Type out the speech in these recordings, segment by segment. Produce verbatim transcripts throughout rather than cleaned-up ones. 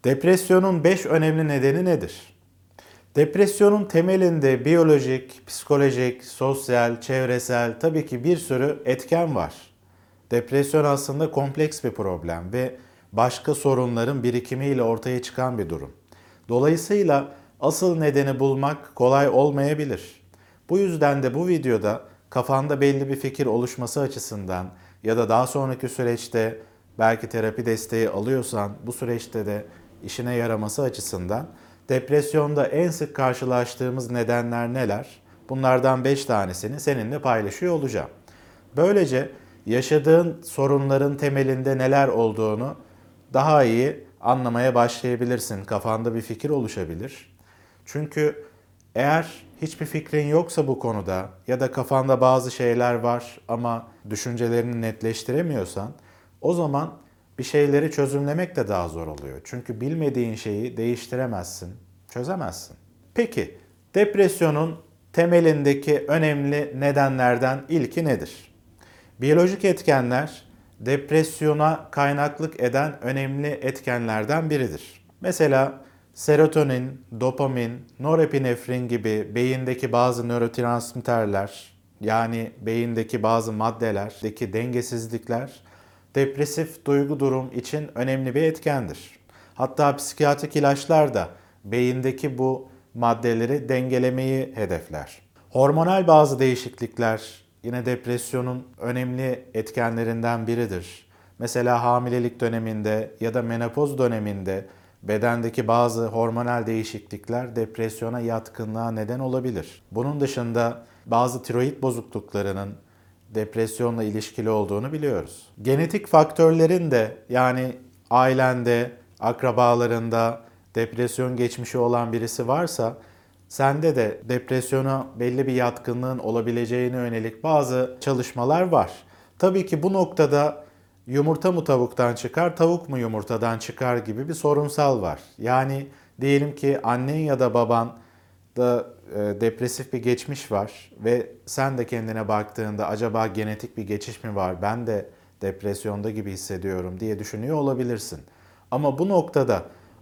Depresyonun beş önemli nedeni nedir? Depresyonun temelinde biyolojik, psikolojik, sosyal, çevresel tabii ki bir sürü etken var. Depresyon aslında kompleks bir problem ve başka sorunların birikimiyle ortaya çıkan bir durum. Dolayısıyla asıl nedeni bulmak kolay olmayabilir. Bu yüzden de bu videoda kafanda belli bir fikir oluşması açısından ya da daha sonraki süreçte belki terapi desteği alıyorsan bu süreçte de işine yaraması açısından depresyonda en sık karşılaştığımız nedenler neler? Bunlardan beş tanesini seninle paylaşıyor olacağım. Böylece yaşadığın sorunların temelinde neler olduğunu daha iyi anlamaya başlayabilirsin. Kafanda bir fikir oluşabilir. Çünkü eğer hiçbir fikrin yoksa bu konuda ya da kafanda bazı şeyler var ama düşüncelerini netleştiremiyorsan o zaman bir şeyleri çözümlemek de daha zor oluyor. Çünkü bilmediğin şeyi değiştiremezsin, çözemezsin. Peki, depresyonun temelindeki önemli nedenlerden ilki nedir? Biyolojik etkenler depresyona kaynaklık eden önemli etkenlerden biridir. Mesela serotonin, dopamin, norepinefrin gibi beyindeki bazı nörotransmitterler, yani beyindeki bazı maddelerdeki dengesizlikler depresif duygu durum için önemli bir etkendir. Hatta psikiyatrik ilaçlar da beyindeki bu maddeleri dengelemeyi hedefler. Hormonal bazı değişiklikler yine depresyonun önemli etkenlerinden biridir. Mesela hamilelik döneminde ya da menopoz döneminde bedendeki bazı hormonal değişiklikler depresyona yatkınlığa neden olabilir. Bunun dışında bazı tiroid bozukluklarının depresyonla ilişkili olduğunu biliyoruz. Genetik faktörlerin de yani ailende, akrabalarında depresyon geçmişi olan birisi varsa sende de depresyona belli bir yatkınlığın olabileceğine yönelik bazı çalışmalar var. Tabii ki bu noktada yumurta mı tavuktan çıkar, tavuk mu yumurtadan çıkar gibi bir sorunsal var. Yani diyelim ki annen ya da baban da e, depresif bir geçmiş var ve sen de kendine baktığında acaba genetik bir geçiş mi var, ben de depresyonda gibi hissediyorum diye düşünüyor olabilirsin. Ama bu noktada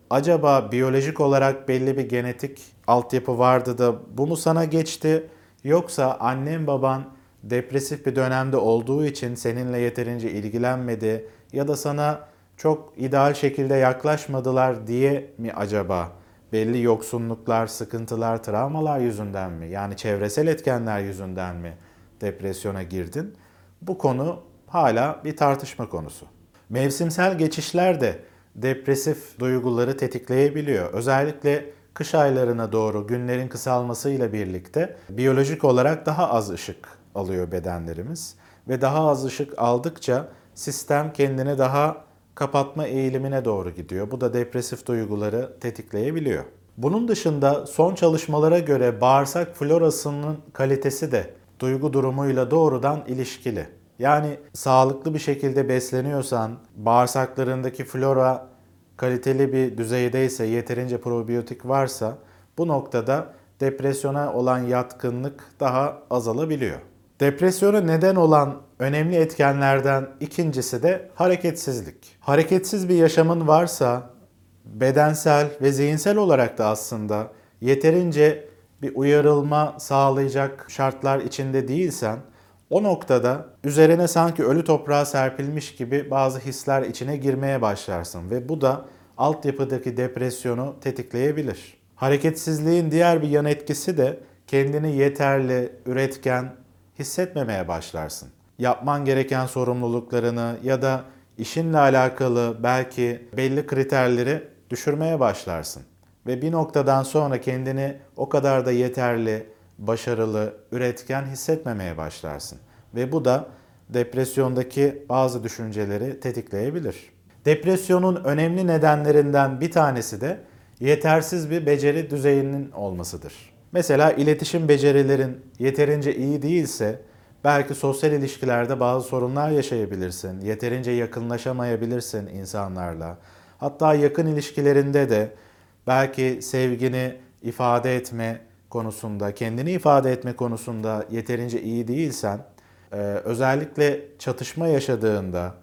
acaba biyolojik olarak belli bir genetik altyapı vardı da bu mu sana geçti, yoksa annen baban depresif bir dönemde olduğu için seninle yeterince ilgilenmedi ya da sana çok ideal şekilde yaklaşmadılar diye mi acaba belli yoksunluklar, sıkıntılar, travmalar yüzünden mi, yani çevresel etkenler yüzünden mi depresyona girdin? Bu konu hala bir tartışma konusu. Mevsimsel geçişler de depresif duyguları tetikleyebiliyor. Özellikle kış aylarına doğru günlerin kısalmasıyla birlikte biyolojik olarak daha az ışık alıyor bedenlerimiz ve daha az ışık aldıkça sistem kendini daha kapatma eğilimine doğru gidiyor. Bu da depresif duyguları tetikleyebiliyor. Bunun dışında son çalışmalara göre bağırsak florasının kalitesi de duygu durumuyla doğrudan ilişkili. Yani sağlıklı bir şekilde besleniyorsan, bağırsaklarındaki flora kaliteli bir düzeydeyse, yeterince probiyotik varsa bu noktada depresyona olan yatkınlık daha azalabiliyor. Depresyona neden olan önemli etkenlerden ikincisi de hareketsizlik. Hareketsiz bir yaşamın varsa bedensel ve zihinsel olarak da aslında yeterince bir uyarılma sağlayacak şartlar içinde değilsen o noktada üzerine sanki ölü toprağa serpilmiş gibi bazı hisler içine girmeye başlarsın ve bu da altyapıdaki depresyonu tetikleyebilir. Hareketsizliğin diğer bir yan etkisi de kendini yeterli, üretken hissetmemeye başlarsın. Yapman gereken sorumluluklarını ya da işinle alakalı belki belli kriterleri düşürmeye başlarsın. Ve bir noktadan sonra kendini o kadar da yeterli, başarılı, üretken hissetmemeye başlarsın. Ve bu da depresyondaki bazı düşünceleri tetikleyebilir. Depresyonun önemli nedenlerinden bir tanesi de yetersiz bir beceri düzeyinin olmasıdır. Mesela iletişim becerilerin yeterince iyi değilse belki sosyal ilişkilerde bazı sorunlar yaşayabilirsin. Yeterince yakınlaşamayabilirsin insanlarla. Hatta yakın ilişkilerinde de belki sevgini ifade etme konusunda, kendini ifade etme konusunda yeterince iyi değilsen, özellikle çatışma yaşadığında,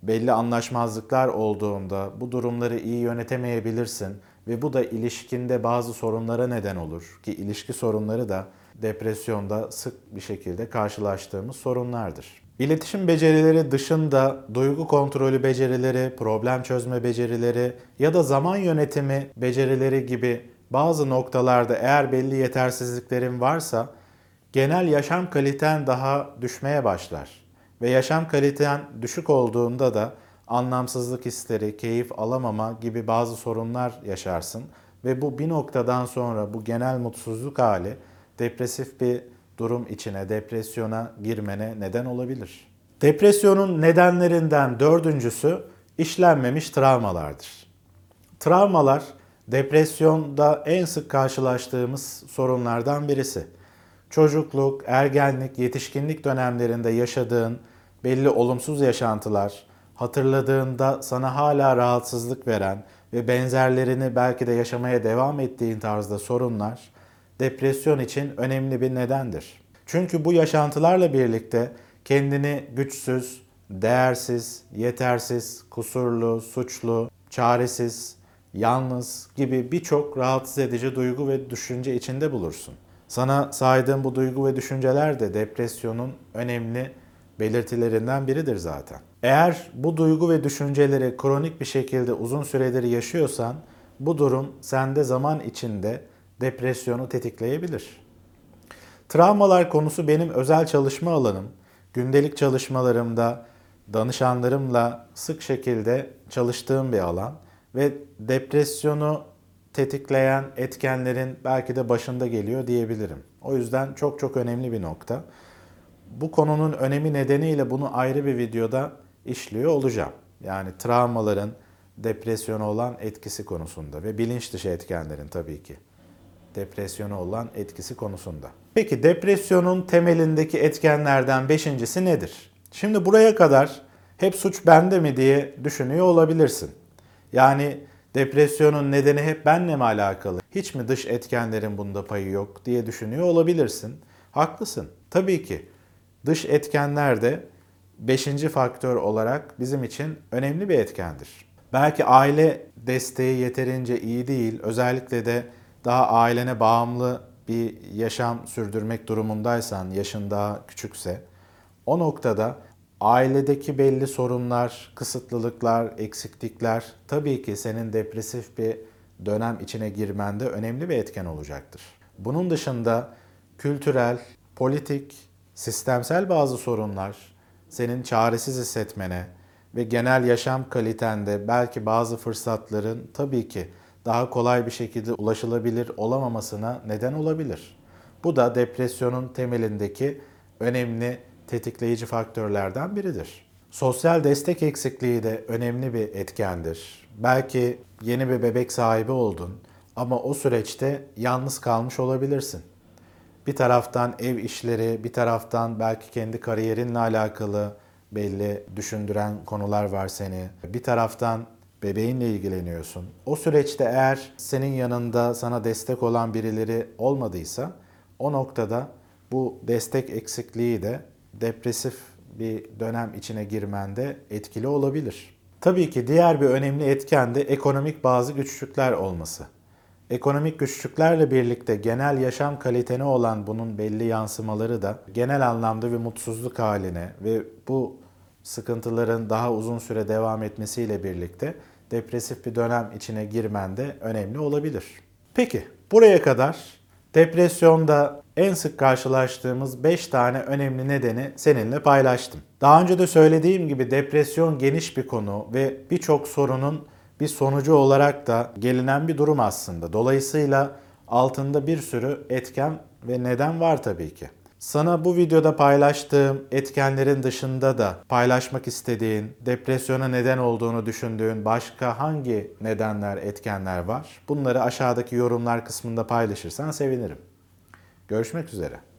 belli anlaşmazlıklar olduğunda bu durumları iyi yönetemeyebilirsin ve bu da ilişkinde bazı sorunlara neden olur ki ilişki sorunları da depresyonda sık bir şekilde karşılaştığımız sorunlardır. İletişim becerileri dışında duygu kontrolü becerileri, problem çözme becerileri ya da zaman yönetimi becerileri gibi bazı noktalarda eğer belli yetersizliklerin varsa genel yaşam kaliten daha düşmeye başlar. Ve yaşam kaliten düşük olduğunda da anlamsızlık hisleri, keyif alamama gibi bazı sorunlar yaşarsın. Ve bu bir noktadan sonra bu genel mutsuzluk hali depresif bir durum içine, depresyona girmene neden olabilir. Depresyonun nedenlerinden dördüncüsü işlenmemiş travmalardır. Travmalar depresyonda en sık karşılaştığımız sorunlardan birisi. Çocukluk, ergenlik, yetişkinlik dönemlerinde yaşadığın belli olumsuz yaşantılar, hatırladığında sana hala rahatsızlık veren ve benzerlerini belki de yaşamaya devam ettiğin tarzda sorunlar depresyon için önemli bir nedendir. Çünkü bu yaşantılarla birlikte kendini güçsüz, değersiz, yetersiz, kusurlu, suçlu, çaresiz, yalnız gibi birçok rahatsız edici duygu ve düşünce içinde bulursun. Sana saydığım bu duygu ve düşünceler de depresyonun önemli belirtilerinden biridir zaten. Eğer bu duygu ve düşünceleri kronik bir şekilde uzun süredir yaşıyorsan, bu durum sende zaman içinde depresyonu tetikleyebilir. Travmalar konusu benim özel çalışma alanım. Gündelik çalışmalarımda danışanlarımla sık şekilde çalıştığım bir alan ve depresyonu tetikleyen etkenlerin belki de başında geliyor diyebilirim. O yüzden çok çok önemli bir nokta. Bu konunun önemi nedeniyle bunu ayrı bir videoda işliyor olacağım. Yani travmaların depresyona olan etkisi konusunda ve bilinç dışı etkenlerin tabii ki depresyona olan etkisi konusunda. Peki depresyonun temelindeki etkenlerden beşincisi nedir? Şimdi buraya kadar hep suç bende mi diye düşünüyor olabilirsin. Yani depresyonun nedeni hep benle mi alakalı? Hiç mi dış etkenlerin bunda payı yok diye düşünüyor olabilirsin. Haklısın. Tabii ki dış etkenler de beşinci faktör olarak bizim için önemli bir etkendir. Belki aile desteği yeterince iyi değil. Özellikle de daha ailene bağımlı bir yaşam sürdürmek durumundaysan, yaşın daha küçükse, o noktada ailedeki belli sorunlar, kısıtlılıklar, eksiklikler tabii ki senin depresif bir dönem içine girmende önemli bir etken olacaktır. Bunun dışında kültürel, politik, sistemsel bazı sorunlar senin çaresiz hissetmene ve genel yaşam kalitende belki bazı fırsatların tabii ki daha kolay bir şekilde ulaşılabilir olamamasına neden olabilir. Bu da depresyonun temelindeki önemli tetikleyici faktörlerden biridir. Sosyal destek eksikliği de önemli bir etkendir. Belki yeni bir bebek sahibi oldun ama o süreçte yalnız kalmış olabilirsin. Bir taraftan ev işleri, bir taraftan belki kendi kariyerinle alakalı belli düşündüren konular var seni. Bir taraftan bebeğinle ilgileniyorsun. O süreçte eğer senin yanında sana destek olan birileri olmadıysa o noktada bu destek eksikliği de depresif bir dönem içine girmende etkili olabilir. Tabii ki diğer bir önemli etken de ekonomik bazı güçlükler olması. Ekonomik güçlüklerle birlikte genel yaşam kalitene olan bunun belli yansımaları da genel anlamda bir mutsuzluk haline ve bu sıkıntıların daha uzun süre devam etmesiyle birlikte depresif bir dönem içine girmen de önemli olabilir. Peki buraya kadar depresyonda en sık karşılaştığımız beş tane önemli nedeni seninle paylaştım. Daha önce de söylediğim gibi depresyon geniş bir konu ve birçok sorunun bir sonucu olarak da gelinen bir durum aslında. Dolayısıyla altında bir sürü etken ve neden var tabii ki. Sana bu videoda paylaştığım etkenlerin dışında da paylaşmak istediğin, depresyona neden olduğunu düşündüğün başka hangi nedenler, etkenler var? Bunları aşağıdaki yorumlar kısmında paylaşırsan sevinirim. Görüşmek üzere.